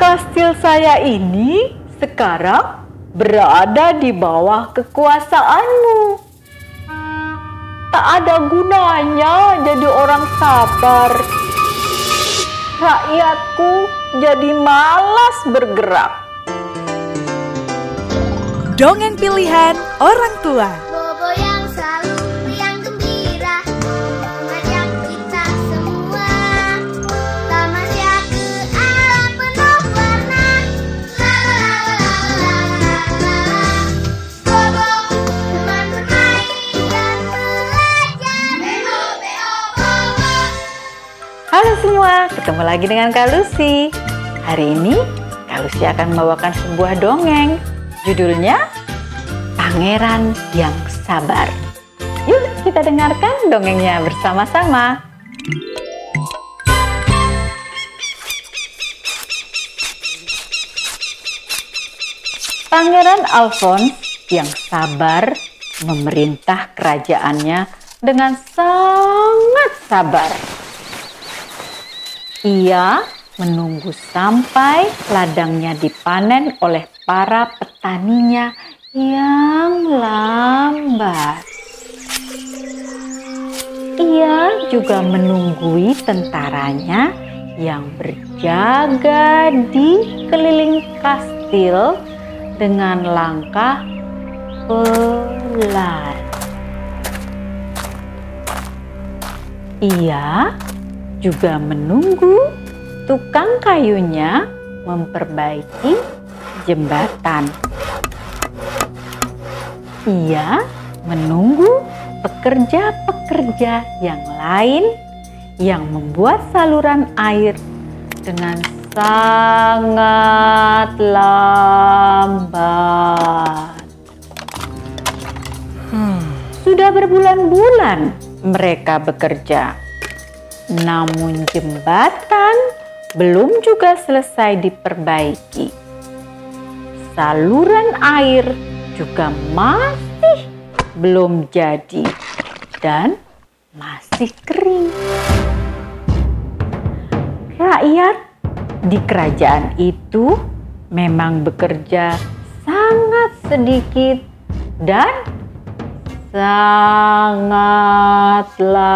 kastil saya ini sekarang berada di bawah kekuasaanmu. Tak ada gunanya jadi orang sabar. Rakyatku jadi malas bergerak. Dongeng pilihan orang tua. Bobo yang selalu riang gembira, mengajak kita semua tamasya ke alam penuh warna. La la la la la la la. Bobo teman bermain dan belajar. Beo beo bobo. Halo semua, ketemu lagi dengan Kak Lucy. Hari ini Kak Lucy akan membawakan sebuah dongeng. Judulnya Pangeran yang Sabar. Yuk kita dengarkan dongengnya bersama-sama. Pangeran Alphonse yang sabar memerintah kerajaannya dengan sangat sabar. Ia menunggu sampai ladangnya dipanen oleh para petaninya yang lambat. Ia juga menunggui tentaranya yang berjaga di keliling kastil dengan langkah pelan. Ia juga menunggu tukang kayunya memperbaiki jembatan. Ia menunggu pekerja-pekerja yang lain yang membuat saluran air dengan sangat lambat. Sudah berbulan-bulan mereka bekerja, namun jembatan belum juga selesai diperbaiki. Saluran air juga masih belum jadi dan masih kering. Rakyat di kerajaan itu memang bekerja sangat sedikit dan sangat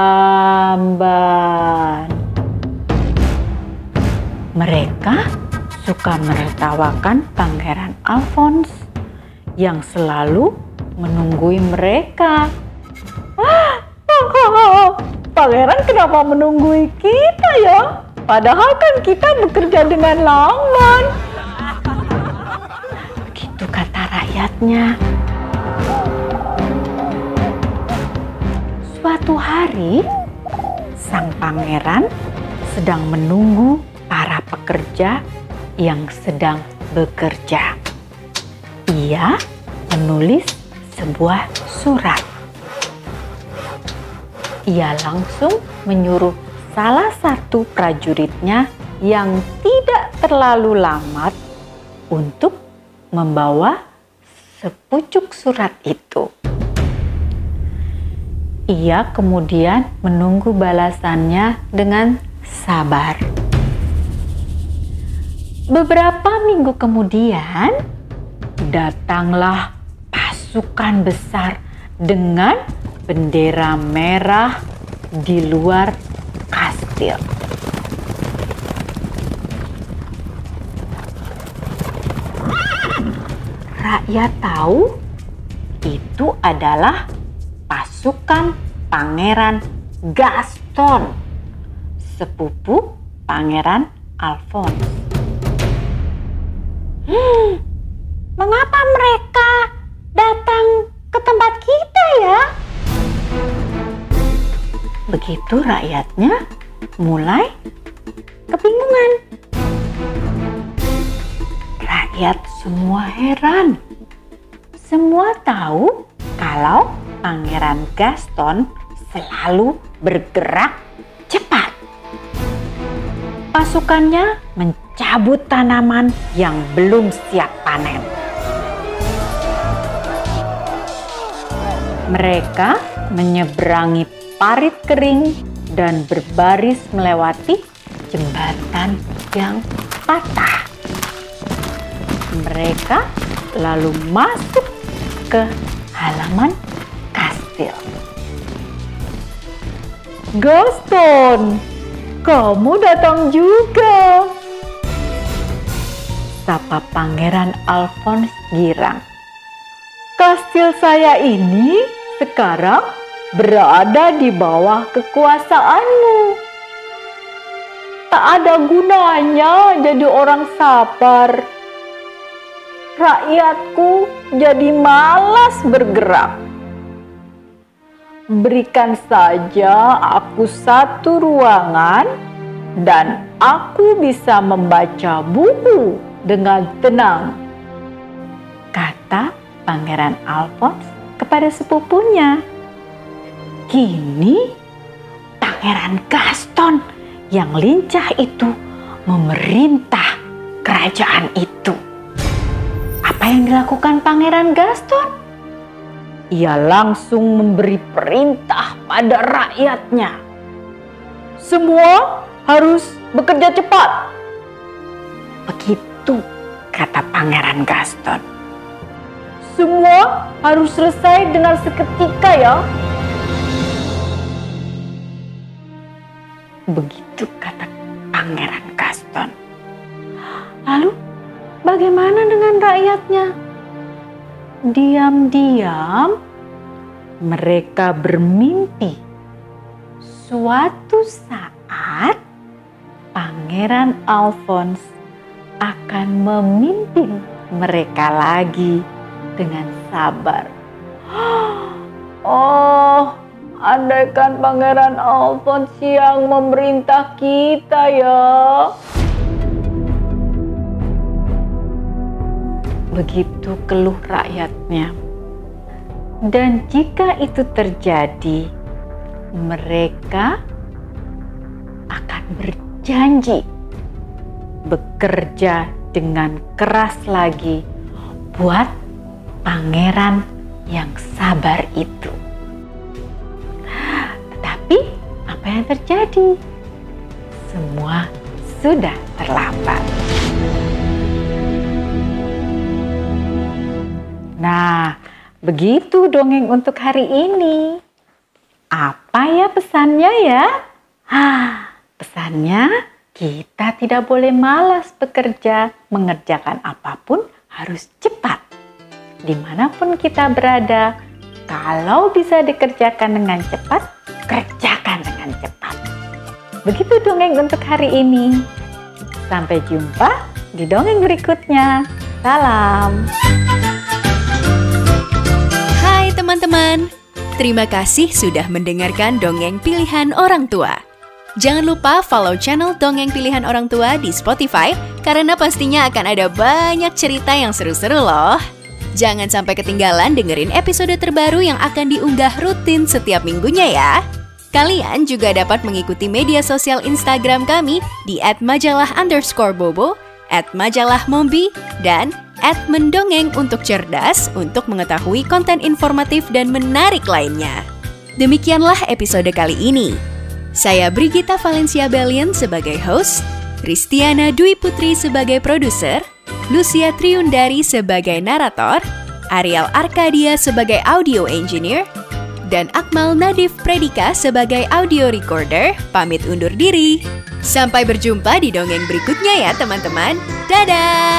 lambat. Mereka suka menertawakan Pangeran Alphonse yang selalu menunggui mereka. Pangeran kenapa menunggui kita ya? Padahal kan kita bekerja dengan lamban. Begitu kata rakyatnya. Suatu hari, sang pangeran sedang menunggu para pekerja yang sedang bekerja. Ia menulis sebuah surat. Ia langsung menyuruh salah satu prajuritnya yang tidak terlalu lambat untuk membawa sepucuk surat itu. Ia kemudian menunggu balasannya dengan sabar. Beberapa minggu kemudian, datanglah pasukan besar dengan bendera merah di luar kastil. Rakyat tahu itu adalah pasukan Pangeran Gaston, sepupu Pangeran Alphonse. Mengapa mereka datang ke tempat kita ya? Begitu rakyatnya mulai kebingungan. Rakyat semua heran. Semua tahu kalau Pangeran Gaston selalu bergerak cepat. Pasukannya mencabut tanaman yang belum siap panen. Mereka menyeberangi parit kering dan berbaris melewati jembatan yang patah. Mereka lalu masuk ke halaman kastil. "Gaston, kamu datang juga," sapa Pangeran Alphonse girang. "Kastil saya ini sekarang berada di bawah kekuasaanmu. Tak ada gunanya jadi orang sabar. Rakyatku jadi malas bergerak. Berikan saja aku satu ruangan dan aku bisa membaca buku dengan tenang," kata Pangeran Alphonse kepada sepupunya. Kini Pangeran Gaston yang lincah itu memerintah kerajaan itu. Apa yang dilakukan Pangeran Gaston? Ia langsung memberi perintah pada rakyatnya. "Semua harus bekerja cepat." Begitu kata Pangeran Gaston. "Semua harus selesai dengan seketika ya." Begitu kata Pangeran Gaston. Lalu bagaimana dengan rakyatnya? Diam-diam mereka bermimpi. Suatu saat Pangeran Alphonse akan memimpin mereka lagi dengan sabar. Oh, andaikan Pangeran Alphonse yang memerintah kita ya. Begitu keluh rakyatnya. Dan jika itu terjadi, mereka akan berjanji bekerja dengan keras lagi buat pangeran yang sabar itu. Tetapi apa yang terjadi? Semua sudah terlambat. Nah, begitu dongeng untuk hari ini. Apa ya pesannya ya? Pesannya kita tidak boleh malas bekerja, mengerjakan apapun harus cepat. Dimanapun kita berada, kalau bisa dikerjakan dengan cepat, kerjakan dengan cepat. Begitu dongeng untuk hari ini. Sampai jumpa di dongeng berikutnya. Salam. Hai teman-teman, terima kasih sudah mendengarkan dongeng pilihan orang tua. Jangan lupa follow channel Dongeng Pilihan Orang Tua di Spotify, karena pastinya akan ada banyak cerita yang seru-seru loh. Jangan sampai ketinggalan dengerin episode terbaru yang akan diunggah rutin setiap minggunya ya. Kalian juga dapat mengikuti media sosial Instagram kami di @majalah_bobo, @majalahmombi, dan @mendongeng untuk cerdas untuk mengetahui konten informatif dan menarik lainnya. Demikianlah episode kali ini. Saya Brigita Valencia Bellion sebagai host, Ristiana Dwi Putri sebagai produser, Lucia Triundari sebagai narator, Ariel Arkadia sebagai audio engineer, dan Akmal Nadif Predika sebagai audio recorder pamit undur diri. Sampai berjumpa di dongeng berikutnya ya teman-teman. Dadah!